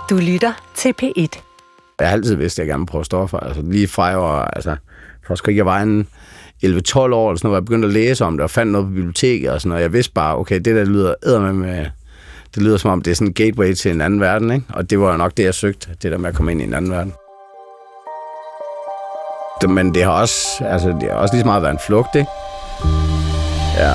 Du lytter til P1. Jeg har altid vidst, at jeg gerne vil prøve stoffer. Altså lige fra jeg var, jeg var en 11-12 år, eller sådan noget, hvor jeg begyndte at læse om det, og fandt noget på biblioteket og sådan noget. Jeg vidste bare, okay, det der lyder det lyder som om, det er sådan en gateway til en anden verden, ikke? Og det var nok det, jeg søgte, det der med at komme ind i en anden verden. Men det har også, lige så meget været en flugt, ikke? Ja.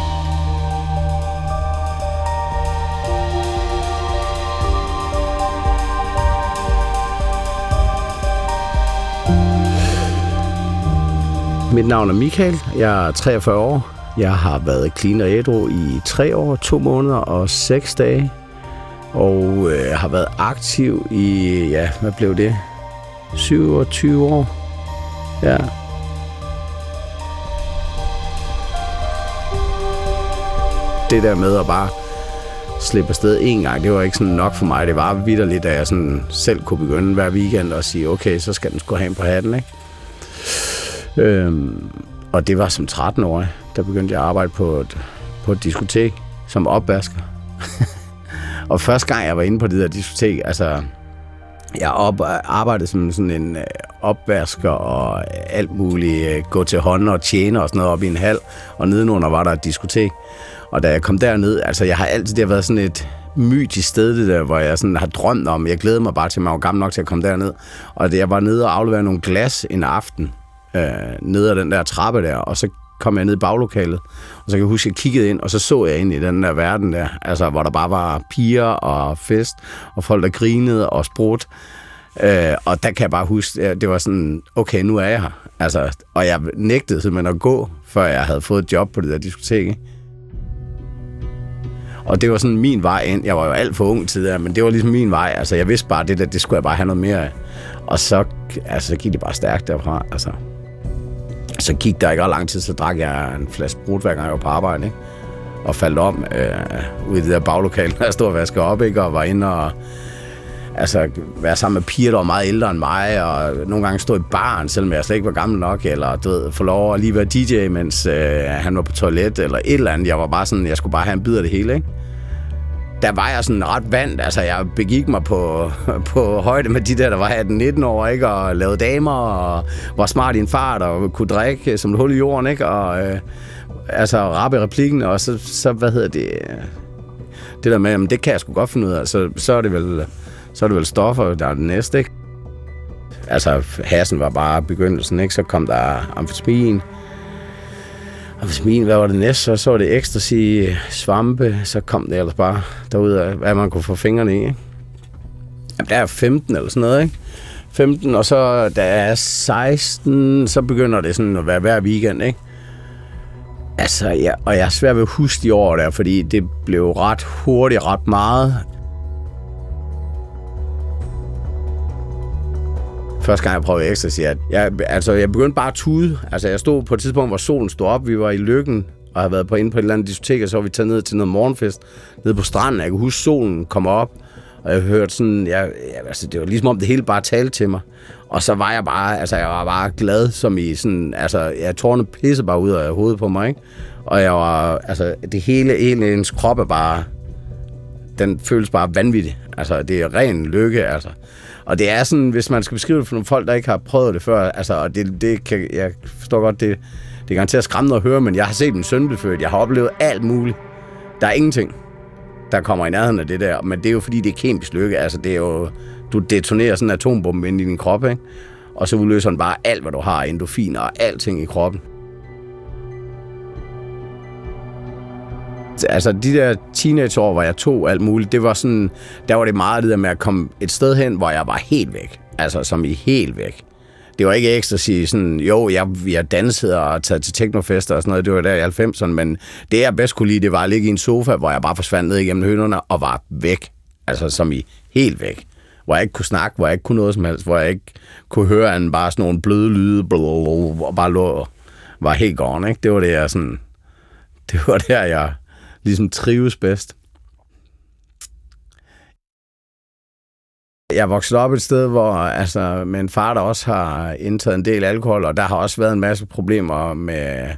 Mit navn er Michael. Jeg er 43 år. Jeg har været clean og ædru i 3 år, 2 måneder og 6 dage. Og har været aktiv i, hvad blev det? 27 år. Ja. Det der med at bare slippe afsted en gang, det var ikke sådan nok for mig. Det var vitterligt, at jeg sådan selv kunne begynde hver weekend og sige, okay, så skal den sgu have en på hatten, ikke? Og det var som 13-årig, der begyndte jeg at arbejde på et diskotek som opvasker. Og første gang jeg var inde på det der diskotek, jeg arbejdede som sådan en opvasker og alt muligt, gå til hånd og tjene og sådan noget op i en hal, og nedenunder var der et diskotek. Og da jeg kom derned, jeg har altid, det har været sådan et mytisk sted, det der, hvor jeg sådan har drømt om, jeg glæder mig bare til, at jeg var gammel nok til at komme derned. Og jeg var nede og afleverede nogle glas en aften, ned ad den der trappe der, og så kom jeg ned i baglokalet, og så kan jeg huske, at jeg kiggede ind, og så jeg ind i den der verden der, hvor der bare var piger og fest, og folk, der grinede og sprut. Og der kan jeg bare huske, det var sådan, okay, nu er jeg her. Og jeg nægtede simpelthen at gå, før jeg havde fået et job på det der diskotek. Og det var sådan min vej ind. Jeg var jo alt for ung til det, men det var ligesom min vej. Jeg vidste bare, det skulle jeg bare have noget mere af. Og så gik det bare stærkt derfra. Så gik der ikke ret lang tid, så drak jeg en flaske sprut, hver gang jeg var på arbejde, ikke? Og faldt om ude i det der baglokale, der stod og vaskede op, ikke? Og var inde og være sammen med piger, der var meget ældre end mig, og nogle gange stod i baren, selvom jeg slet ikke var gammel nok, eller få lov at lige være DJ, mens han var på toilet, eller et eller andet. Jeg var bare sådan, jeg skulle bare have en bid af det hele, ikke? Der var jeg sådan ret vant, jeg begik mig på højde med de der var 18-19 år, ikke? Og lavede damer, og var smart i en fart, og kunne drikke som et hul i jorden, ikke? Og rappe replikken, og så det der med, jamen, det kan jeg sgu godt finde ud af, så er det vel stoffer, der er det næste, ikke? Hassen var bare begyndelsen, ikke? Så kom der amfetamin, hvad var det næste? Så var det ecstasy, svampe, så kom det ellers bare derud af, hvad man kunne få fingrene i, ikke? Jamen, der er 15 eller sådan noget, ikke? 15, og så da jeg er 16, så begynder det sådan at være hver weekend, ikke? Og jeg er svært ved at huske de år der, fordi det blev ret hurtigt, ret meget. Første gang jeg prøvede ecstasy, jeg begyndte bare at tude. Jeg stod på et tidspunkt, hvor solen stod op. Vi var i Løkken og havde været inde på et eller andet diskotek, og så var vi taget ned til noget morgenfest nede på stranden. Jeg kunne huske, solen kom op, og jeg hørte sådan, det var ligesom om det hele bare talte til mig. Og så var jeg bare, jeg var bare glad, som i sådan, jeg tårne pisse bare ud af hovedet på mig, ikke? Og jeg var, det hele ens krop er bare, den føles bare vanvittig. Det er ren lykke, Og det er sådan, hvis man skal beskrive det for nogle folk, der ikke har prøvet det før, og det kan, jeg forstår godt, det er garanteret skræmmende at høre, men jeg har set min søn blive født, jeg har oplevet alt muligt. Der er ingenting, der kommer i nærheden af det der, men det er jo fordi, det er kemisk lykke, det er jo, du detonerer sådan en atombombe ind i din krop, ikke? Og så udløser den bare alt, hvad du har, endorfiner og alting i kroppen. De der teenageår, hvor jeg tog alt muligt, det var sådan, der var det meget det der med at komme et sted hen, hvor jeg var helt væk. Som i helt væk. Det var ikke ecstasy sådan, jo, jeg dansede og taget til technofester og sådan noget, det var der i 90'erne, men det jeg bedst kunne lide, det var at ligge i en sofa, hvor jeg bare forsvandt ned igennem hønderne og var væk. Som i helt væk. Hvor jeg ikke kunne snakke, hvor jeg ikke kunne noget som helst, hvor jeg ikke kunne høre en bare sådan nogle bløde lyde, og bare lå, var helt gone, ikke? Det var der, jeg ligesom trives bedst. Jeg er vokset op et sted, hvor med en far, der også har indtaget en del alkohol, og der har også været en masse problemer med...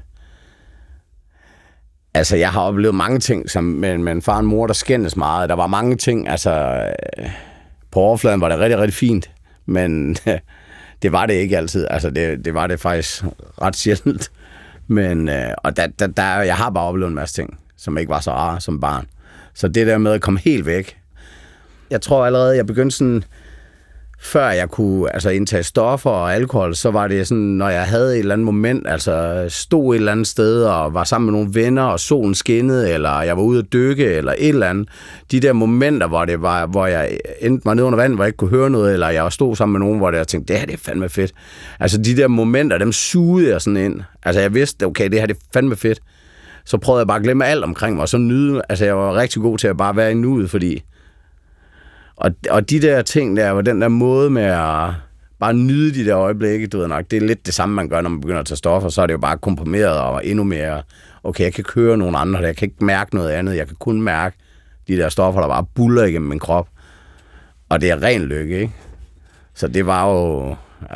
jeg har oplevet mange ting, med en far og en mor, der skændes meget. Der var mange ting, på overfladen var det rigtig, rigtig fint, men det var det ikke altid. Altså, det var det faktisk ret sjældent. Men, og jeg har bare oplevet en masse ting, som ikke var så rare som barn. Så det der med at komme helt væk. Jeg tror allerede, jeg begyndte sådan, før jeg kunne indtage stoffer og alkohol, så var det sådan, når jeg havde et eller andet moment, altså stod et eller andet sted og var sammen med nogle venner, og solen skinnede, eller jeg var ude at dykke, eller et eller andet. De der momenter, hvor jeg endte mig ned under vand, hvor jeg ikke kunne høre noget, eller jeg stod sammen med nogen, hvor jeg tænkte, det her det er fandme fedt. Altså de der momenter, dem sugede jeg sådan ind. Altså jeg vidste, okay, det her det er fandme fedt. Så prøvede jeg bare at glemme alt omkring mig, og så nyde. Altså jeg var rigtig god til at bare være i nuet, fordi Og de der ting der, og den der måde med at bare nyde de der øjeblikke, du ved nok, det er lidt det samme, man gør, når man begynder at tage stoffer, så er det jo bare komprimeret og endnu mere, okay, jeg kan ikke høre nogen andre, jeg kan ikke mærke noget andet, jeg kan kun mærke de der stoffer, der bare buller igennem min krop. Og det er ren lykke, ikke? Så det var jo,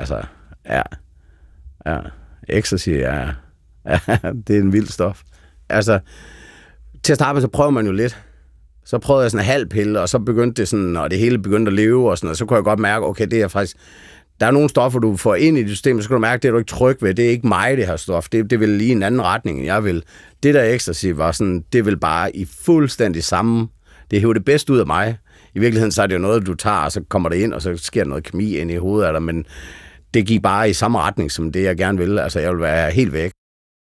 ecstasy, det er en vild stof. Altså, til at starte med, så prøver man jo lidt. Så prøvede jeg sådan en halv pille, og så begyndte det sådan, og det hele begyndte at leve, og sådan, og så kunne jeg godt mærke, okay, det er faktisk, der er nogle stoffer, du får ind i det system, så kan du mærke, det er du ikke tryg ved, det er ikke mig, det her stof, det vil lige en anden retning, end jeg vil. Det der ecstasy var sådan, det vil bare i fuldstændig samme, det hæver det bedste ud af mig. I virkeligheden, så er det jo noget, du tager, og så kommer det ind, og så sker der noget kemi ind i hovedet af dig, men det gik bare i samme retning, som det jeg gerne ville, altså jeg vil være helt væk.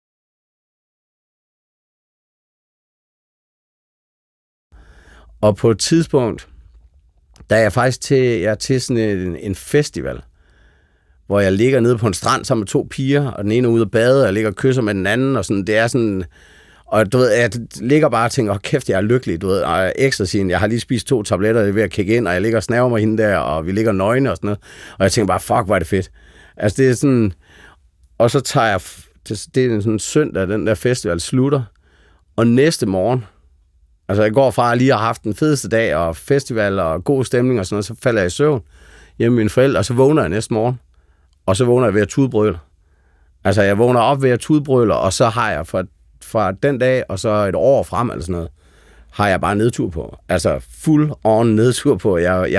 Og på et tidspunkt, da jeg faktisk til sådan en festival, hvor jeg ligger nede på en strand sammen med 2 piger, og den ene er ude at bade, og jeg ligger og kysser med den anden, og sådan, det er sådan, og du ved, jeg ligger bare og tænker, kæft, jeg er lykkelig, du ved, og ekstrasien, jeg har lige spist 2 tabletter, jeg er ved at kigge ind, og jeg ligger og snæver mig hende der, og vi ligger nøgne og sådan noget, og jeg tænker bare, fuck, hvor er det fedt. Altså, det er sådan, og så tager jeg, det er sådan en søndag, den der festival slutter, og næste morgen, altså jeg går fra at lige har haft den fedeste dag, og festival, og god stemning og sådan noget, så falder jeg i søvn hjemme med mine forældre, og så vågner jeg næste morgen, og så vågner jeg ved at tudbrøle. Altså jeg vågner op ved at tudbrøle, og så har jeg fra den dag, og så et år frem, eller sådan noget, har jeg bare nedtur på. Altså full on nedtur på.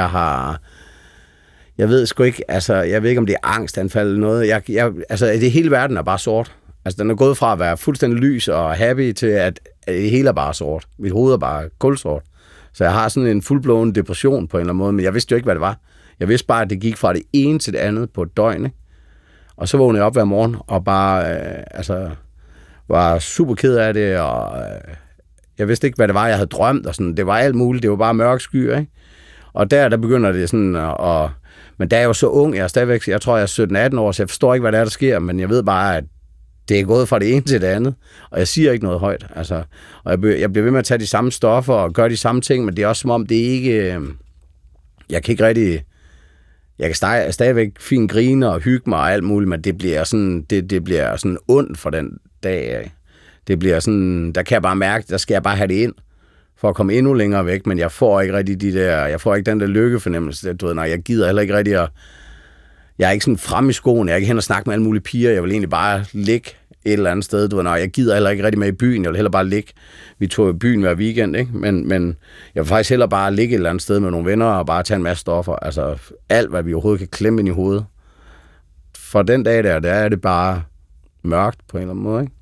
Jeg ved sgu ikke, altså jeg ved ikke, om det er angstanfald eller noget. Altså det hele verden er bare sort. Altså, den er gået fra at være fuldstændig lys og happy til, at det hele er bare sort. Mit hoved er bare kulsort. Så jeg har sådan en fuldblåen depression på en eller anden måde, men jeg vidste jo ikke, hvad det var. Jeg vidste bare, at det gik fra det ene til det andet på et døgn, ikke? Og så vågnede jeg op hver morgen og bare var super ked af det, og jeg vidste ikke, hvad det var, jeg havde drømt, og sådan. Det var alt muligt, det var bare mørk skyer, ikke? Og der begynder det sådan men da jeg var så ung, jeg er stadigvæk, jeg tror, jeg er 17-18 år, så jeg forstår ikke, hvad det er, der sker, men jeg ved bare, at det er gået fra det ene til det andet, og jeg siger ikke noget højt, altså. Og jeg bliver ved med at tage de samme stoffer og gøre de samme ting, men det er også som om, det ikke, jeg kan ikke rigtig, jeg kan stadigvæk fint grine og hygge mig og alt muligt, men det bliver sådan, det bliver sådan ondt for den dag af. Det bliver sådan, der kan jeg bare mærke, der skal jeg bare have det ind, for at komme endnu længere væk, men jeg får ikke rigtig jeg får ikke den der lykkefornemmelse, du ved, nej, jeg gider heller ikke rigtig jeg er ikke sådan fremme i skoen, jeg er ikke hen og snakke med alle mulige piger, jeg vil egentlig bare ligge et eller andet sted, du ved, nej, jeg gider heller ikke rigtig med i byen, jeg vil heller bare ligge, vi tog i byen hver weekend, ikke? Men jeg vil faktisk heller bare ligge et eller andet sted med nogle venner og bare tage en masse stoffer, altså alt, hvad vi overhovedet kan klemme ind i hovedet. For den dag der er det bare mørkt på en eller anden måde, ikke?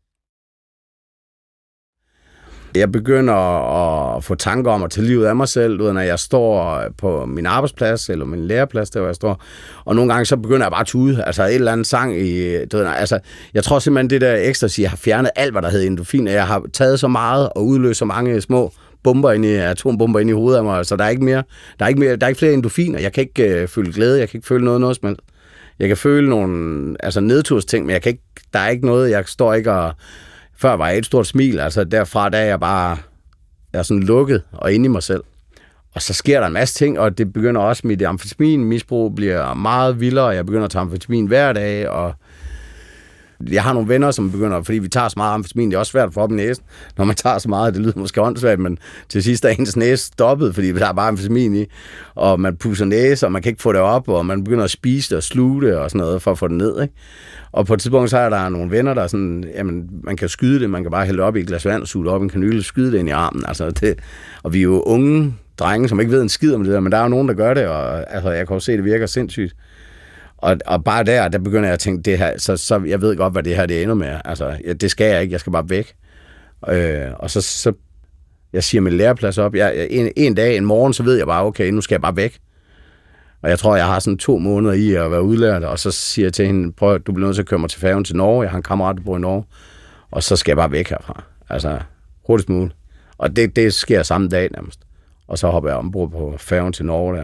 Jeg begynder at få tanker om at tage livet af mig selv, når jeg står på min arbejdsplads eller min læreplads, der hvor jeg står. Og nogle gange så begynder jeg bare at tude. Altså et eller andet sang i... Altså, jeg tror simpelthen, det der ecstasy har fjernet alt, hvad der hedder endorfin. Jeg har taget så meget og udløst så mange små atombomber ind i hovedet af mig, så der er ikke flere endorfiner. Jeg kan ikke føle glæde, jeg kan ikke føle noget som helst. Jeg kan føle nogle nedtursting, men der er ikke noget, jeg står ikke og... Før var jeg et stort smil, altså derfra der jeg er sådan lukket og inde i mig selv. Og så sker der en masse ting, og det begynder også, mit amfetaminmisbrug bliver meget vildere, og jeg begynder at tage amfetamin hver dag, og jeg har nogle venner, som begynder, fordi vi tager så meget amfetamin, det er også svært for dem næsen, når man tager så meget, det lyder måske åndssvagt, men til sidst er ens næse stoppet, fordi vi tager bare amfetamin i, og man pusser næse, og man kan ikke få det op, og man begynder at spise det og sluge det og sådan noget, for at få det ned, ikke? Og på et tidspunkt, så er der nogle venner, der er sådan, jamen, man kan skyde det, man kan bare hælde op i et glas vand og suge det op i en kanyle og skyde det ind i armen, altså det, og vi er jo unge drenge, som ikke ved en skid om det der, men der er jo nogen, der gør det, og altså, jeg kan jo se, at det virker sindssygt. Og bare der begynder jeg at tænke, det her, så jeg ved godt, hvad det her det ender med. Altså, det skal jeg ikke, jeg skal bare væk. Og så jeg siger min læreplads op. En dag, en morgen, så ved jeg bare, okay, nu skal jeg bare væk. Og jeg tror, jeg har sådan 2 måneder i at være udlært, og så siger jeg til hende, prøv, du bliver nødt til at køre mig til færgen til Norge. Jeg har en kammerat, der bor i Norge. Og så skal jeg bare væk herfra. Altså, hurtigst muligt. Og det sker samme dag nærmest. Og så hopper jeg ombord på færgen til Norge der.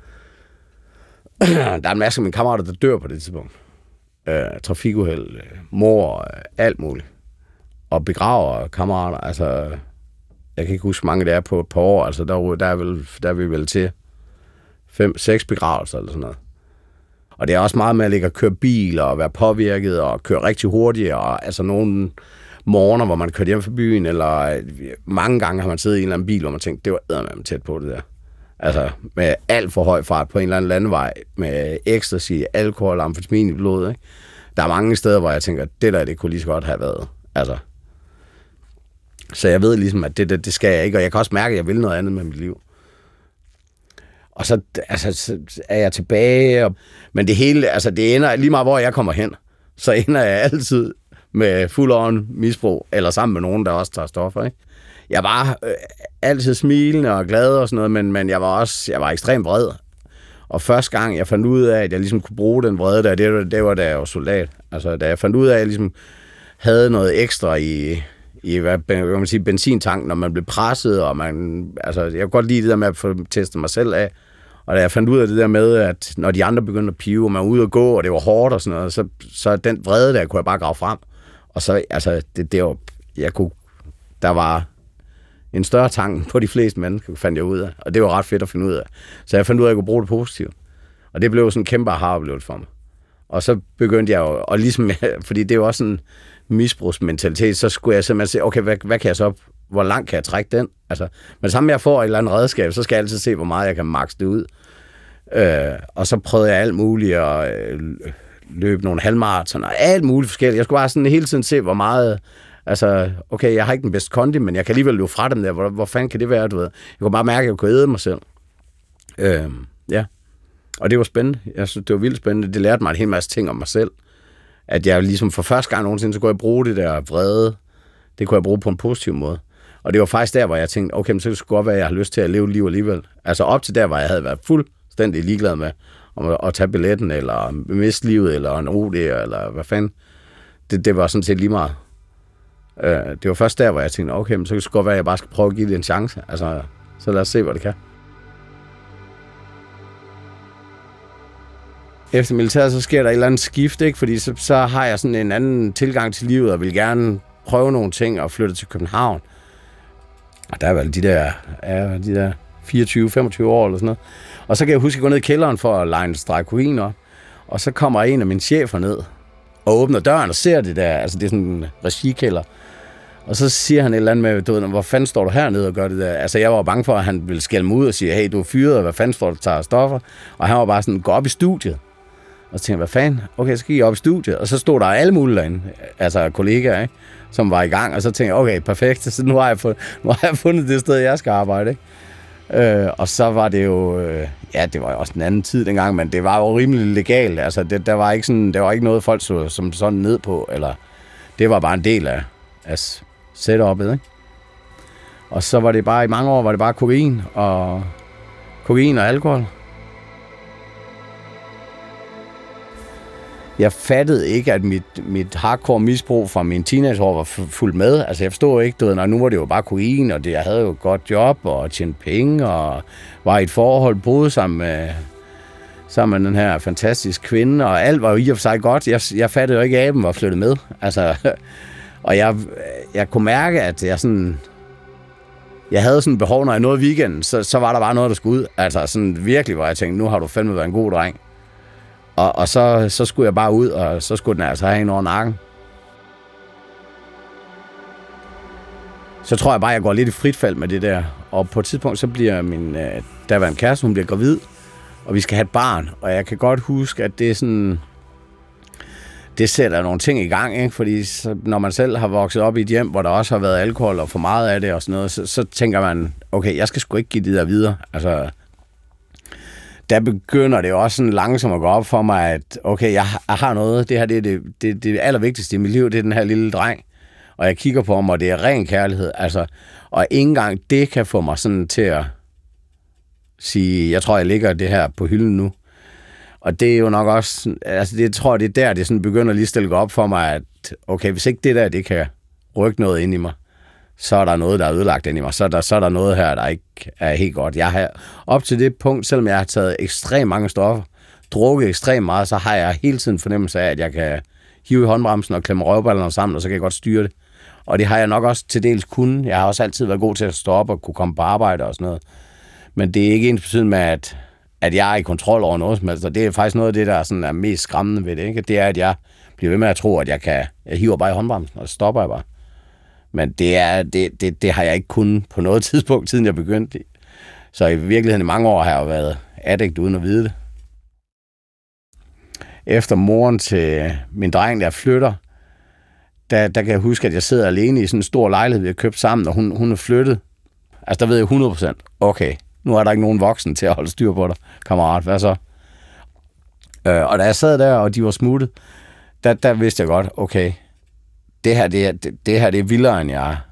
Der er en masse af mine kammerater, der dør på det tidspunkt. Trafikuheld, mor, alt muligt. Og begraver kammerater, altså... Jeg kan ikke huske, mange det er på et par år, altså der er vi vel til 5-6 begravelser eller sådan noget. Og det er også meget med at ligge og køre bil og være påvirket og køre rigtig hurtigt, og altså nogle morgener, hvor man kørte hjem fra byen, eller mange gange har man siddet i en eller anden bil, hvor man tænkte, det var eddermame tæt på det der. Altså med alt for høj fart på en eller anden landevej, med ecstasy, alkohol og amfetamin i blodet, ikke? Der er mange steder, hvor jeg tænker, det kunne lige så godt have været. Altså. Så jeg ved ligesom, at det skal jeg ikke, og jeg kan også mærke, at jeg vil noget andet med mit liv. Og så, altså, så er jeg tilbage, men det hele, altså det ender, lige meget hvor jeg kommer hen, så ender jeg altid med full-on misbrug, eller sammen med nogen, der også tager stoffer, ikke? Jeg var altid smilende og glad og sådan noget, men jeg var ekstremt vred. Og første gang, jeg fandt ud af, at jeg ligesom kunne bruge den vrede der, det var da jeg var soldat. Altså, da jeg fandt ud af, at jeg ligesom havde noget ekstra i hvad kan man sige, benzintanken, når man blev presset, og altså, jeg kunne godt lide det der med at få testet mig selv af. Og da jeg fandt ud af det der med, at når de andre begyndte at pive, og man var ude og gå, og det var hårdt og sådan noget, så den vrede der kunne jeg bare grave frem. Og så, altså, det var, der var en større tank på de fleste mennesker, fandt jeg ud af. Og det var ret fedt at finde ud af. Så jeg fandt ud af, at jeg kunne bruge det positivt. Og det blev sådan en kæmpe aha-oplevelse for mig. Og så begyndte jeg jo, og ligesom, fordi det er jo også en misbrugsmentalitet, så skulle jeg simpelthen se, okay, hvad kan jeg så, hvor langt kan jeg trække den? Altså, men det samme med, at jeg får et eller andet redskab, så skal jeg altid se, hvor meget jeg kan makse det ud. Og så prøvede jeg alt muligt at løbe nogle halvmarathon og alt muligt forskelligt. Jeg skulle bare sådan hele tiden se, hvor meget, altså, okay, jeg har ikke den bedste kondi, men jeg kan alligevel løbe fra dem der. Hvor fanden kan det være, du ved? Jeg kunne bare mærke, at jeg kunne æde mig selv. Ja. Og det var spændende. Jeg synes, det var vildt spændende. Det lærte mig en hel masse ting om mig selv. At jeg ligesom for første gang nogensinde, så kunne jeg bruge det der vrede. Det kunne jeg bruge på en positiv måde. Og det var faktisk der, hvor jeg tænkte, okay, men så skulle det godt være, at jeg har lyst til at leve liv alligevel. Altså op til der, hvor jeg havde været fuldstændig ligeglad med at tage billetten, eller miste livet, eller en OD, eller hvad fanden. Det var sådan set lige meget. Det var først der, hvor jeg tænkte, okay, men så skulle det godt være, at jeg bare skal prøve at give det en chance. Altså, så lad os se, hvad det kan. Efter militæret, så sker der et eller andet skift, ikke? Fordi så har jeg sådan en anden tilgang til livet, og vil gerne prøve nogle ting og flytte til København. Og der er vel de der 24-25 år eller sådan noget. Og så kan jeg huske at gå ned i kælderen for at lege en streg kokain op. Og så kommer en af mine chefer ned og åbner døren og ser det der. Altså det er sådan en regikælder. Og så siger han et eller andet med, du ved, hvor fanden står du hernede og gør det der? Altså jeg var bange for, at han ville skælde mig ud og sige, hey, du er fyret, og hvad fanden står du tager stoffer? Og han var bare sådan, gå op i studiet. Og så tænkte jeg, hvad fanden? Okay, så gik jeg op i studiet, og så stod der alle mulige derinde, altså kollegaer, ikke? Som var i gang, og så tænkte jeg, okay, perfekt, så nu har jeg fundet det sted, jeg skal arbejde, ikke? Og så var det jo, det var jo også en anden tid dengang, men det var jo rimelig legalt, altså der var ikke noget folk så som sådan ned på, eller det var bare en del af setup'et, ikke? Og så var det bare, i mange år var det bare kokain og alkohol. Jeg fattede ikke, at mit hardcore misbrug fra mine teenageår var fuldt med. Altså jeg forstod ikke, nu var det jo bare kokain, og jeg havde jo et godt job, og tjente penge, og var i et forhold, boede sammen med den her fantastiske kvinde, og alt var jo i og for sig godt. Jeg fattede jo ikke, at aben var flyttet med. Altså, og jeg kunne mærke, at jeg havde sådan et behov, når jeg nåede weekenden, så var der bare noget, der skulle ud. Altså sådan virkelig, hvor jeg tænkte, nu har du fandme været en god dreng. Og så skulle jeg bare ud, og så skulle den altså have en over nakken. Så tror jeg bare, jeg går lidt i frit fald med det der. Og på et tidspunkt, så bliver min daværende kæreste, hun bliver gravid, og vi skal have et barn. Og jeg kan godt huske, at det er sådan... det sætter nogle ting i gang, ikke? Fordi når man selv har vokset op i et hjem, hvor der også har været alkohol og for meget af det og sådan noget, så tænker man, okay, jeg skal sgu ikke give det der videre. Altså, der begynder det jo også sådan langsomt at gå op for mig, at okay, jeg har noget, det her det allervigtigste i mit liv, det er den her lille dreng, og jeg kigger på ham, og det er ren kærlighed, altså, og ikke engang det kan få mig sådan til at sige, jeg tror, jeg ligger det her på hylden nu. Og det er jo nok også, altså det tror jeg, det er der, det sådan begynder lige at stille op for mig, at okay, hvis ikke det der, det kan rykke noget ind i mig, så er der noget, der er ødelagt ind i mig. Så er der noget her, der ikke er helt godt. Jeg har op til det punkt, selvom jeg har taget ekstremt mange stoffer, drukket ekstremt meget, så har jeg hele tiden fornemmelse af, at jeg kan hive i håndbremsen og klemme røvballerne sammen, og så kan jeg godt styre det. Og det har jeg nok også til dels kunnet. Jeg har også altid været god til at stå op og kunne komme på arbejde og sådan noget. Men det er ikke ensbetydende med, at jeg er i kontrol over noget som helst. Det er faktisk noget af det, der sådan er mest skræmmende ved det. Ikke? Det er, at jeg bliver ved med at tro, at jeg hiver bare i håndbremsen, og så stopper jeg bare. Men det har jeg ikke kunnet på noget tidspunkt, siden jeg begyndte. Så i virkeligheden i mange år har jeg været addict uden at vide det. Efter moren til min dreng, der flytter, der kan jeg huske, at jeg sidder alene i sådan en stor lejlighed, vi har købt sammen, og hun er flyttet. Altså, der ved jeg 100%, okay, nu er der ikke nogen voksen til at holde styr på dig, kammerat, hvad så? Og da jeg sad der, og de var smuttet, der vidste jeg godt, okay, det her er vildere,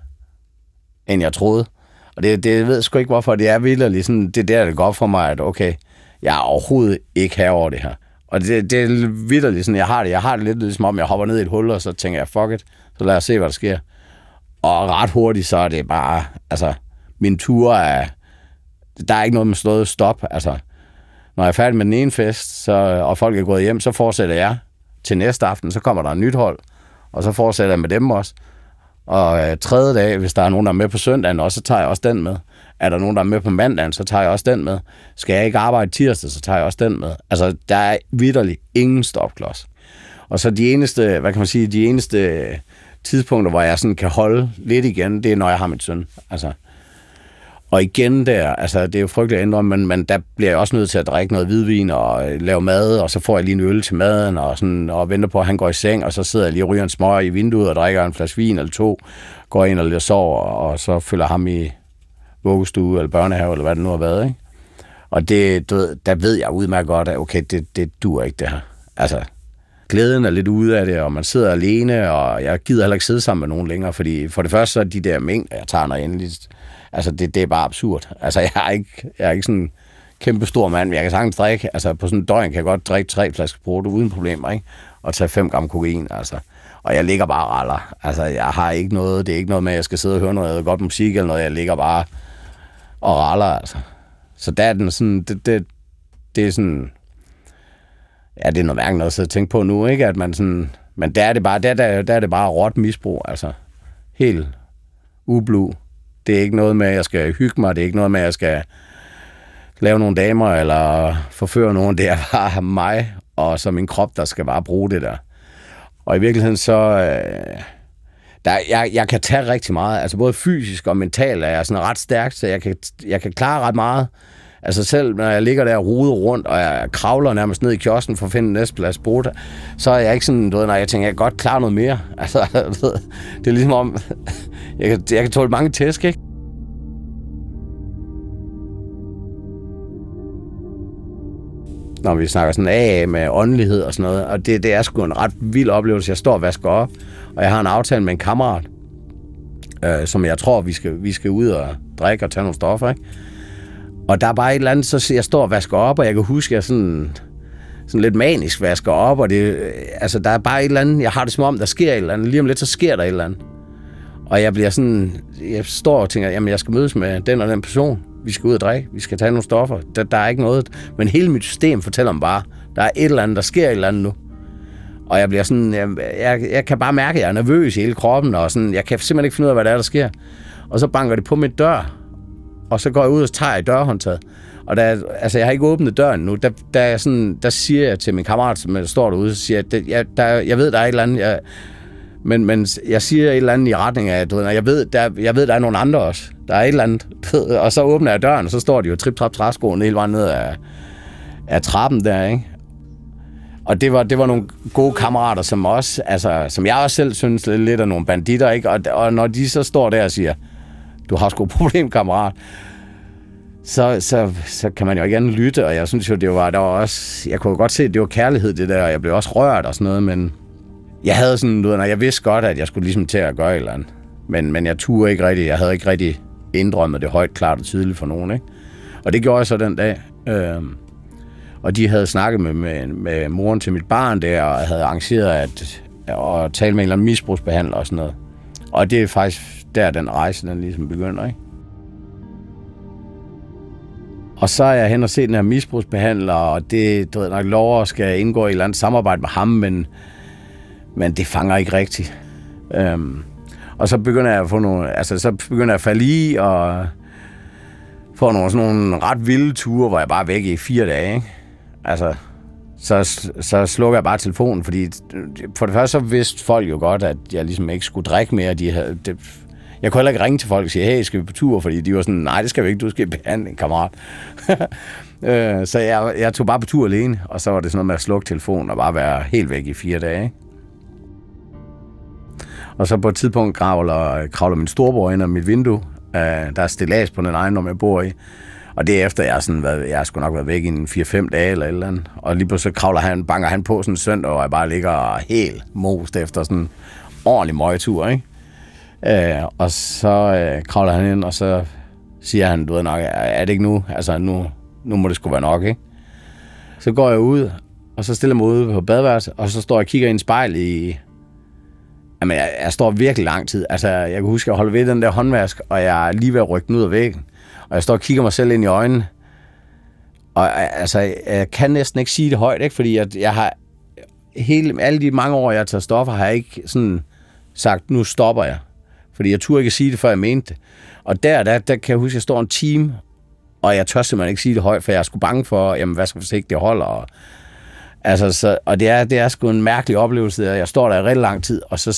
end jeg troede. Og det ved jeg sgu ikke, hvorfor det er vildere. Ligesom, det er der, det går op for mig, at okay, jeg er overhovedet ikke her over det her. Og det er vitterligt sådan, jeg har det lidt ligesom om, jeg hopper ned i et hul, og så tænker jeg, fuck it, så lad os se, hvad der sker. Og ret hurtigt, så er det bare, altså, min tur er, der er ikke noget med slået stop, altså. Når jeg er færdig med den ene fest, og folk er gået hjem, så fortsætter jeg til næste aften, så kommer der et nyt hold, og så fortsætter jeg med dem også. Og tredje dag, hvis der er nogen, der er med på søndagen, også, så tager jeg også den med. Er der nogen, der er med på mandagen, så tager jeg også den med. Skal jeg ikke arbejde tirsdag, så tager jeg også den med. Altså, der er vitterligt ingen stopklods. Og så de eneste tidspunkter, hvor jeg sådan kan holde lidt igen, det er, når jeg har min søn. Altså, og igen der, altså det er jo frygteligt at ændre, men der bliver jeg også nødt til at drikke noget hvidvin og lave mad, og så får jeg lige en øl til maden, og venter på, at han går i seng, og så sidder jeg lige og ryger en smøg i vinduet og drikker en flaske vin eller to, går ind og lidt sover, og så følger ham i vuggestue eller børnehave, eller hvad det nu har været, ikke? Og det, der ved jeg udmærket godt, at okay, det duer ikke det her. Altså, glæden er lidt ude af det, og man sidder alene, og jeg gider heller ikke sidde sammen med nogen længere, fordi for det første så er de der mængder, jeg tager, når jeg endelig. Altså, det er bare absurd. Altså, jeg er ikke sådan en kæmpe stor mand, men jeg kan sagtens drikke. Altså, på sådan en døgn kan jeg godt drikke 3 flasker Porto uden problemer, ikke? Og tage 5 gram kokain, altså. Og jeg ligger bare og raller. Altså, jeg har ikke noget, det er ikke noget med, at jeg skal sidde og høre noget godt musik eller noget. Jeg ligger bare og raller, altså. Så der er den sådan, det er sådan, ja, det er noget mærkeligt noget at sidde og tænke på nu, ikke? At man sådan, men der er det bare råt misbrug, altså. Helt ublu. Det er ikke noget med, at jeg skal hygge mig. Det er ikke noget med, at jeg skal lave nogle damer eller forføre nogen. Det er bare mig og så min krop, der skal bare bruge det der. Og i virkeligheden så... jeg kan tage rigtig meget. Altså både fysisk og mentalt er jeg sådan ret stærk, så jeg kan klare ret meget. Altså selv når jeg ligger der og ruder rundt, og jeg kravler nærmest ned i kiosken for at finde næste plads Brota, så er jeg ikke sådan, når jeg tænker, jeg kan godt klare noget mere. Altså, det er ligesom om, jeg kan tåle mange tæsk, ikke? Når vi snakker sådan af med åndelighed og sådan noget, og det er sgu en ret vild oplevelse. Jeg står og vasker op, og jeg har en aftale med en kammerat, som jeg tror, vi skal ud og drikke og tage nogle stoffer, ikke? Og der er bare et eller andet, så jeg står og vasker op, og jeg kan huske, at jeg sådan lidt manisk vasker op, og det, altså der er bare et eller andet, jeg har det som om, der sker et eller andet, lige om lidt, så sker der et eller andet. Og jeg bliver sådan, jeg står og tænker, jamen jeg skal mødes med den og den person, vi skal ud og drikke, vi skal tage nogle stoffer, der er ikke noget, men hele mit system fortæller mig bare, der er et eller andet, der sker et eller andet nu. Og jeg bliver sådan, jeg kan bare mærke, at jeg er nervøs i hele kroppen, og sådan, jeg kan simpelthen ikke finde ud af, hvad det er, der sker. Og så banker det på mit dør, og så går jeg ud og tager i dørhåndtaget. Og jeg har ikke åbnet døren nu. Der siger jeg til min kammerat, som står derude, så siger jeg ved, der er et eller andet. Men jeg siger et eller andet i retning af, jeg ved, der er nogle andre også. Der er et eller andet. Og så åbner jeg døren, og så står de jo trip-trap-træskoen hele vejen ned af trappen der, ikke? Og det var nogle gode kammerater, som også, altså, som jeg også selv synes lidt af nogle banditter, ikke? Og når de så står der og siger, du har sgu et problem, kammerat, så kan man jo ikke andet lytte, og jeg synes jo, der var også, jeg kunne godt se, at det var kærlighed, det der, og jeg blev også rørt og sådan noget, men jeg havde sådan noget, og jeg vidste godt, at jeg skulle ligesom til at gøre et eller andet, men jeg turde ikke rigtigt, jeg havde ikke rigtig indrømmet det højt, klart og tydeligt for nogen, ikke? Og det gjorde jeg så den dag, og de havde snakket med moren til mit barn der, og havde arrangeret at tale med en eller anden misbrugsbehandler og sådan noget. Og det er faktisk der, den rejse, den ligesom begynder, ikke? Og så er jeg hen og set den her misbrugsbehandler, og det, du ved nok, lover skal indgå i et eller andet samarbejde med ham, men det fanger ikke rigtigt. Og så begynder jeg at få nogle, altså så begynder jeg at falde i, og får sådan nogle ret vilde ture, hvor jeg bare er væk i 4 dage, ikke? Altså, så slukker jeg bare telefonen, fordi for det første så vidste folk jo godt, at jeg ligesom ikke skulle drikke mere. Jeg kunne heller ikke ringe til folk og sige, hey, skal vi på tur? Fordi de var sådan, nej, det skal vi ikke, du skal i behandling, kammerat. Så jeg tog bare på tur alene, og så var det sådan noget med at slukke telefonen og bare være helt væk i 4 dage, ikke? Og så på et tidspunkt kravler min storebror ind ad mit vindue. Der er stillads på den ejendom, jeg bor i. Og det er efter, jeg skulle nok være væk i 4-5 dage eller et eller andet. Og lige pludselig banker han på sådan en søndag, og jeg bare ligger helt most efter sådan en ordentlig møgetur, ikke? Og så kravler han ind, og så siger han, du ved nok, er det ikke nu? Altså, nu må det sgu være nok, ikke? Så går jeg ud, og så stiller jeg mig ude på badeværelset, og så står jeg og kigger i en spejl i... Jamen, jeg står virkelig lang tid. Altså, jeg kan huske, at jeg holder ved den der håndvask, og jeg er lige ved at rykke den ud af væggen. Og jeg står og kigger mig selv ind i øjnene. Og altså, jeg kan næsten ikke sige det højt, ikke? Fordi jeg har alle de mange år, jeg har taget stoffer, har jeg ikke sådan sagt, nu stopper jeg. Fordi jeg turde ikke sige det, før jeg mente det. Og der kan jeg huske, at jeg står en time, og jeg tør simpelthen ikke sige det højt, for jeg er sgu bange for, jamen, hvad skal det holder, altså, og det er sgu en mærkelig oplevelse. Jeg står der i rigtig lang tid, og så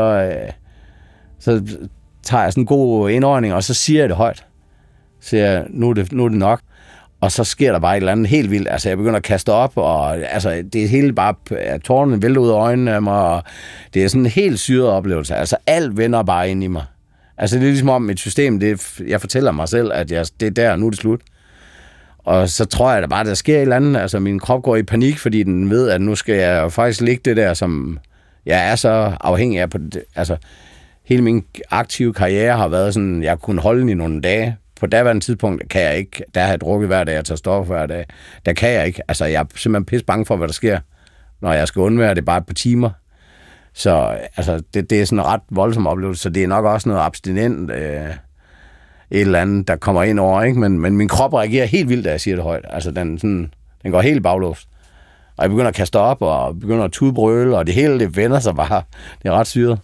tager jeg sådan en god indånding, og så siger jeg det højt. Så jeg, nu er det nok. Og så sker der bare et eller andet helt vildt. Altså, jeg begynder at kaste op, og altså, det er hele bare, tårerne vælter ud af øjnene af mig, og det er sådan en helt syret oplevelse. Altså, alt vender bare ind i mig. Altså, det er ligesom om et system, jeg fortæller mig selv, at det er der, nu er det slut. Og så tror jeg da bare, der sker et eller andet. Altså, min krop går i panik, fordi den ved, at nu skal jeg faktisk ligge det der, som jeg er så afhængig af. Altså, hele min aktive karriere har været sådan, jeg kunne holde den i nogle dage. På daværende tidspunkt kan jeg ikke. Der har jeg drukket hver dag, jeg tager stoffer hver dag. Der kan jeg ikke. Altså, jeg er simpelthen pisse bange for, hvad der sker, når jeg skal undvære det bare et par timer. Så altså, det er sådan en ret voldsom oplevelse. Så det er nok også noget abstinent, et eller andet, der kommer ind over, ikke? Men min krop reagerer helt vildt, da jeg siger det højt. Altså, den går helt baglåst. Og jeg begynder at kaste op, og begynder at tudbrøle, og det hele, det vender sig bare. Det er ret syret.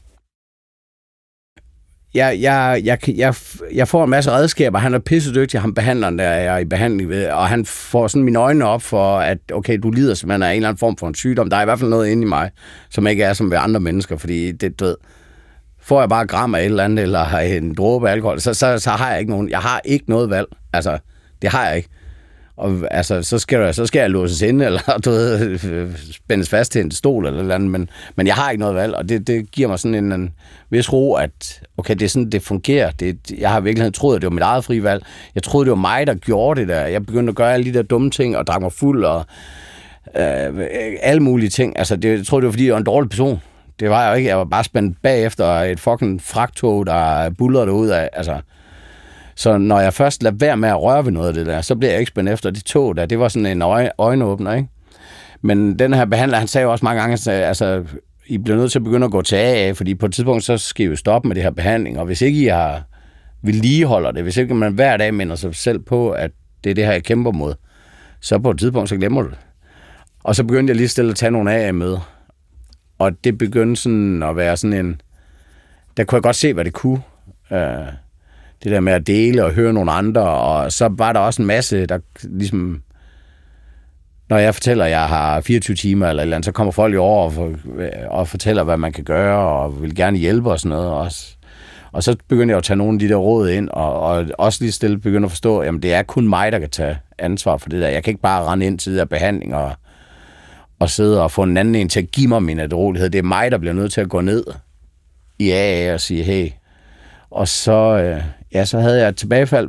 Jeg får en masse redskaber. Han er pissedygtig, ham behandleren, der er i behandling ved, og han får sådan mine øjne op for, at okay, du lider simpelthen af en eller anden form for en sygdom. Der er i hvert fald noget inde i mig, som ikke er som ved andre mennesker, fordi det, du ved, får jeg bare gram af et eller andet, eller en dråbe alkohol, så har jeg ikke nogen. Jeg har ikke noget valg. Altså, det har jeg ikke. Og altså, så skal jeg låses inde, eller du ved, spændes fast til en stol eller noget andet, men jeg har ikke noget valg, og det giver mig sådan en vis ro, at okay, det er sådan, det fungerer. Jeg har virkelig troet, at det var mit eget frie valg. Jeg troede, det var mig, der gjorde det der. Jeg begyndte at gøre alle de der dumme ting, og drak mig fuld, og alle mulige ting. Altså, jeg troede, det var, fordi jeg var en dårlig person. Det var jeg jo ikke. Jeg var bare spændt bagefter et fucking fragttog, der buldrede ud af, altså. Så når jeg først lader være med at røre ved noget af det der, så bliver jeg ikke spændt efter det tog der. Det var sådan en øjenåbner, ikke? Men den her behandler, han sagde jo også mange gange, altså, I bliver nødt til at begynde at gå til AA, fordi på et tidspunkt, så skal I jo stoppe med det her behandling. Og hvis ikke I vedligeholder det, hvis ikke man hver dag minder sig selv på, at det er det her, jeg kæmper mod, så på et tidspunkt, så glemmer du det. Og så begyndte jeg lige stille at tage nogle AA-møder. Og det begyndte sådan at være sådan en... Der kunne jeg godt se, hvad det kunne. Det der med at dele og høre nogle andre, og så var der også en masse, der ligesom... Når jeg fortæller, at jeg har 24 timer eller et eller andet, så kommer folk jo over og fortæller, hvad man kan gøre, og vil gerne hjælpe og sådan noget også. Og så begynder jeg at tage nogle af de der råd ind, og også lige stille begynder at forstå, at det er kun mig, der kan tage ansvar for det der. Jeg kan ikke bare rende ind til det der behandling og sidde og få en anden en til at give mig min ædruelighed. Det er mig, der bliver nødt til at gå ned i AA og sige, hey. Og så, så havde jeg et tilbagefald,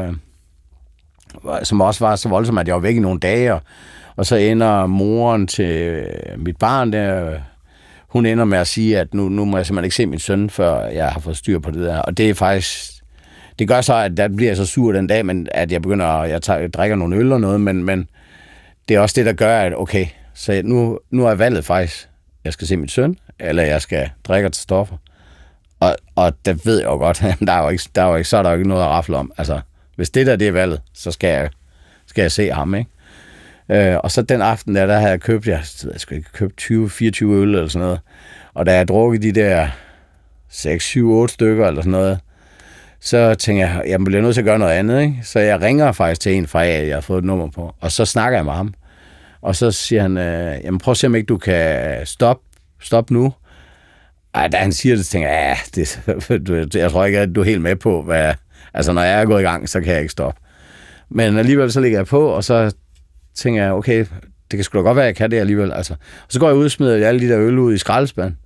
som også var så voldsomt, at jeg var væk i nogle dage, og så ender moren til mit barn der, hun ender med at sige, at nu må jeg simpelthen ikke se min søn, før jeg har fået styr på det der. Og det er faktisk, det gør så, at der bliver jeg så sur den dag, men at jeg drikker nogle øl og noget, men det er også det, der gør, at okay, så nu er valget faktisk, jeg skal se min søn, eller jeg skal drikke til stoffer. Og det ved jeg jo godt, så er der jo ikke noget at rafle om. Altså, hvis det er valget, så skal jeg se ham, ikke? Og så den aften der havde jeg købt, jeg skulle ikke købe 20-24 øl eller sådan noget. Og da jeg drukket de der 6-7-8 stykker eller sådan noget, så tænker jeg bliver nødt til at gøre noget andet, ikke? Så jeg ringer faktisk til en fra jeg har fået et nummer på, og så snakker jeg med ham. Og så siger han, jamen prøv at se, om ikke du kan stoppe nu. Ej, da han siger det, så tænker jeg, jeg tror ikke, at du er helt med på, altså når jeg er gået i gang, så kan jeg ikke stoppe. Men alligevel så ligger jeg på, og så tænker jeg, okay, det kan sgu da godt være, at jeg kan det alligevel. Altså. Og så går jeg ud og smider alle de der øl ud i skraldespanden.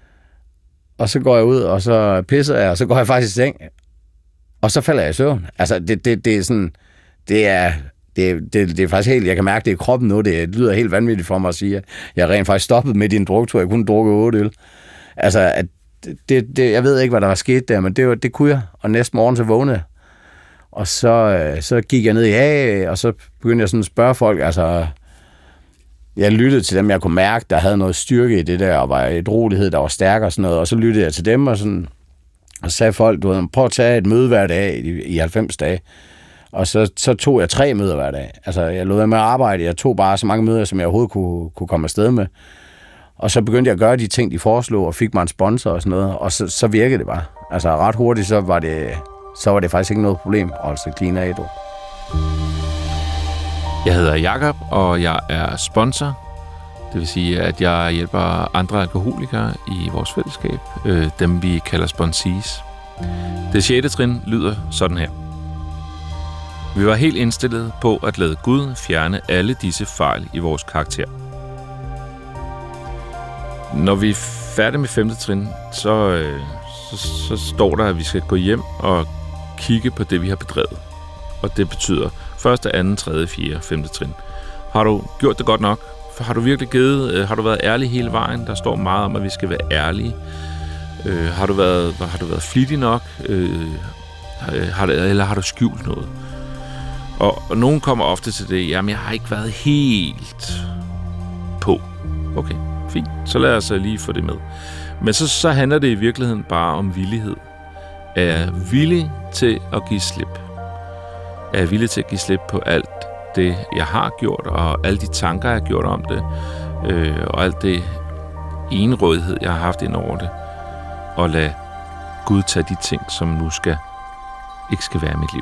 Og så går jeg ud, og så pisser jeg, og så går jeg faktisk i seng. Og så falder jeg i søvn. Altså, det er sådan, det er faktisk helt, jeg kan mærke det i kroppen nu, det lyder helt vanvittigt for mig at sige, at jeg rent faktisk stoppet med din druktur, jeg kunne drukke 8 øl. Altså, at jeg ved ikke, hvad der var sket der, men det kunne jeg, og næste morgen så vågnede jeg. Og så gik jeg ned i AA, og så begyndte jeg sådan at spørge folk, altså, jeg lyttede til dem, jeg kunne mærke, der havde noget styrke i det der, og var et rolighed, der var stærkere og sådan noget, og så lyttede jeg til dem, og sagde folk, du ved, prøv at tage et møde hver dag i 90 dage. Og så tog jeg 3 møder hver dag. Altså, jeg lod med at arbejde, jeg tog bare så mange møder, som jeg overhovedet kunne komme afsted med. Og så begyndte jeg at gøre de ting, de foreslog, og fik mig en sponsor og sådan noget, og så virkede det bare. Altså, ret hurtigt, så var det faktisk ikke noget problem, altså clean ædru. Jeg hedder Jakob, og jeg er sponsor. Det vil sige, at jeg hjælper andre alkoholikere i vores fællesskab, dem vi kalder sponsees. Det 6. trin lyder sådan her. Vi var helt indstillet på at lade Gud fjerne alle disse fejl i vores karakter. Når vi er færdige med 5. trin, så står der, at vi skal gå hjem og kigge på det, vi har bedrevet. Og det betyder 1., 2., 3., 4., 5. trin. Har du gjort det godt nok? Har du virkelig givet? Har du været ærlig hele vejen? Der står meget om, at vi skal være ærlige. Har du været flittig nok? Eller har du skjult noget? Og nogen kommer ofte til det, jamen jeg har ikke været helt på. Okay, fint. Så lad os lige få det med. Men så handler det i virkeligheden bare om villighed. Er jeg villig til at give slip? Er jeg villig til at give slip på alt det, jeg har gjort, og alle de tanker, jeg har gjort om det, og alt det enrådighed, jeg har haft ind over det, og lad Gud tage de ting, som nu ikke skal være i mit liv?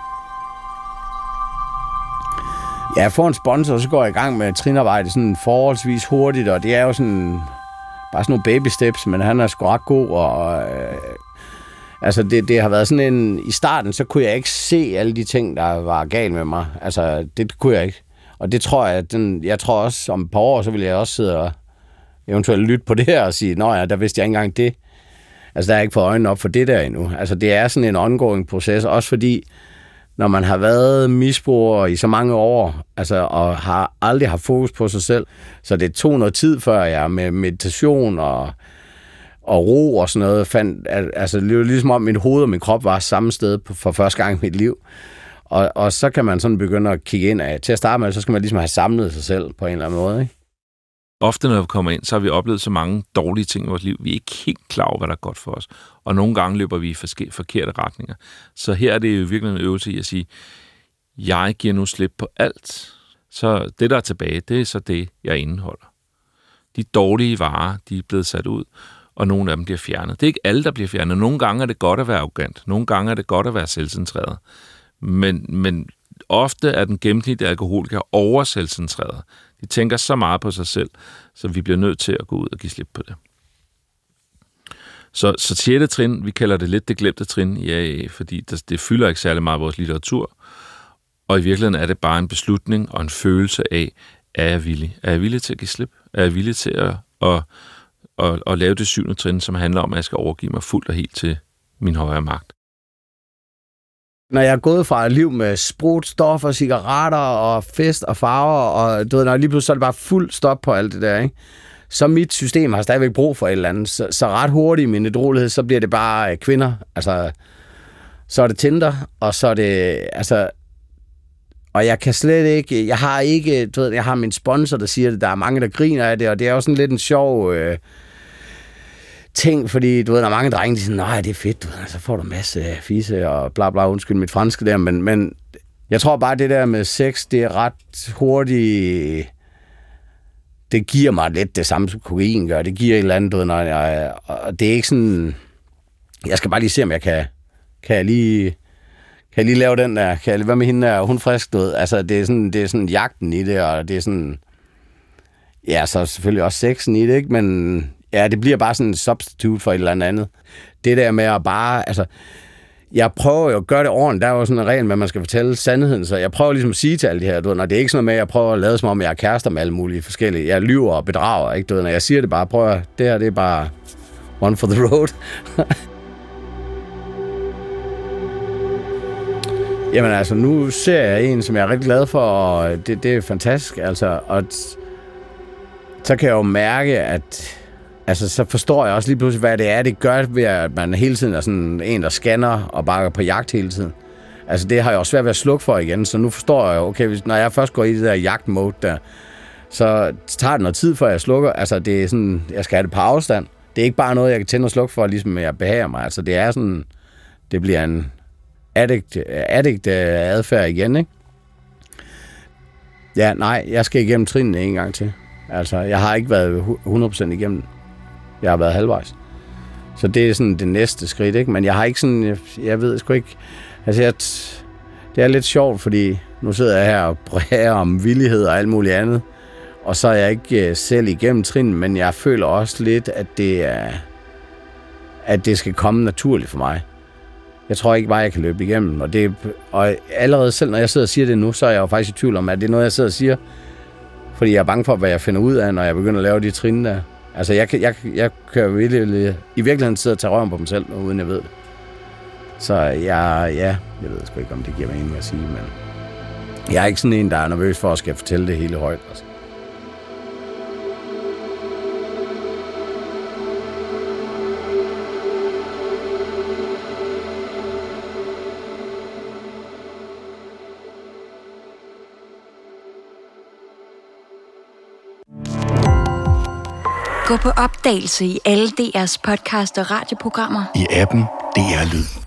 Ja, jeg får en sponsor, og så går jeg i gang med trinarbejde sådan forholdsvis hurtigt, og det er jo sådan bare sådan nogle baby steps, men han er sgu ret god, og altså det har været sådan en, i starten, så kunne jeg ikke se alle de ting, der var galt med mig. Altså, det kunne jeg ikke. Og det tror jeg tror også, om et par år, så vil jeg også sidde og eventuelt lytte på det her og sige, nå ja, der vidste jeg ikke engang det. Altså, der er ikke fået øjnene op for det der endnu. Altså, det er sådan en ongoing proces, også fordi, når man har været misbruger i så mange år, altså, og har aldrig haft fokus på sig selv, så det tog noget tid, før jeg med meditation og ro og sådan noget fandt, altså det var ligesom om mit hoved og min krop var samme sted for første gang i mit liv. Og så kan man sådan begynde at kigge ind af. Til at starte med, så skal man ligesom have samlet sig selv på en eller anden måde, ikke? Ofte, når vi kommer ind, så har vi oplevet så mange dårlige ting i vores liv. Vi er ikke helt klar over, hvad der er godt for os. Og nogle gange løber vi i forkerte retninger. Så her er det jo virkelig en øvelse i at sige, jeg giver nu slip på alt. Så det, der er tilbage, det er så det, jeg indeholder. De dårlige varer, de er blevet sat ud, og nogle af dem bliver fjernet. Det er ikke alle, der bliver fjernet. Nogle gange er det godt at være arrogant. Nogle gange er det godt at være selvcentreret. Men ofte er den gennemsnitlige alkoholiker overselvcentreret. De tænker så meget på sig selv, så vi bliver nødt til at gå ud og give slip på det. Så 6. trin, vi kalder det lidt det glemte trin, ja, fordi det fylder ikke særlig meget af vores litteratur. Og i virkeligheden er det bare en beslutning og en følelse af, er jeg villig? Er jeg villig til at give slip? er jeg villig til at lave det 7. trin, som handler om, at jeg skal overgive mig fuldt og helt til min højere magt. Når jeg er gået fra et liv med sprutstoffer, cigaretter og fest og farver, og du ved, når lige pludselig så er det bare fuld stop på alt det der, ikke? Så mit system har stadigvæk brug for et eller andet. Så ret hurtigt i min ædruelighed, så bliver det bare kvinder. Altså, så er det Tinder, og så er det, altså... Og jeg kan slet ikke... Jeg har ikke... Du ved, jeg har min sponsor, der siger det. Der er mange, der griner af det, og det er også sådan lidt en sjov... ting, fordi du ved, der er mange drenge, der siger, nej, det er fedt, du ved, så får du en masse fisse og bla bla, undskyld mit franske der, men jeg tror bare, det der med sex, det er ret hurtigt, det giver mig lidt det samme, som kokain gør, det giver et eller andet, du ved, og det er ikke sådan, jeg skal bare lige se, om jeg kan jeg lige lave den der, kan jeg, hvad med hende der, hun frisk, du ved, altså det er sådan jagten i det, og det er sådan, ja, så selvfølgelig også sexen i det, ikke, men ja, det bliver bare sådan en substitute for et eller andet. Det der med at bare, altså, jeg prøver jo at gøre det ordentligt. Der er jo sådan en regel med, at man skal fortælle sandheden, så jeg prøver ligesom at sige til alle de her, du ved, når det er ikke sådan noget med, at jeg prøver at lade som om, jeg er kærester med alle mulige forskellige. Jeg lyver og bedrager, ikke? Du ved, når jeg siger det bare, prøv at, det her, det er bare one for the road. Jamen altså, nu ser jeg en, som jeg er rigtig glad for, og det er fantastisk, altså, og så kan jeg jo mærke, at altså, så forstår jeg også lige pludselig, hvad det er. Det gør ved, at man hele tiden er sådan en, der scanner og bare er på jagt hele tiden. Altså, det har jeg også svært ved at slukke for igen, så nu forstår jeg, okay, når jeg først går i det der jagt-mode der, så tager det noget tid, før jeg slukker. Altså, det er sådan, jeg skal have det på afstand. Det er ikke bare noget, jeg kan tænde og slukke for, ligesom jeg behager mig. Altså, det er sådan, det bliver en addict adfærd igen, ikke? Ja, nej, jeg skal igennem trinene en gang til. Altså, jeg har ikke været 100% igennem. Jeg har været halvvejs. Så det er sådan det næste skridt, ikke? Men jeg har ikke sådan, jeg ved sgu ikke, altså det er lidt sjovt, fordi nu sidder jeg her og bræger om villighed og alt muligt andet, og så er jeg ikke selv igennem trin, men jeg føler også lidt, at det skal komme naturligt for mig. Jeg tror ikke bare, jeg kan løbe igennem, og allerede selv, når jeg sidder og siger det nu, så er jeg jo faktisk i tvivl om, at det er noget, jeg sidder og siger, fordi jeg er bange for, hvad jeg finder ud af, når jeg begynder at lave de trin der. Altså, jeg kan i virkeligheden sidde og tage røven på mig selv, uden jeg ved det. Så jeg ved sgu ikke, om det giver mening at sige, men jeg er ikke sådan en, der er nervøs for at skal fortælle det hele højt. Altså. Gå på opdagelse i alle DR's podcast og radioprogrammer. I appen DR Lyd.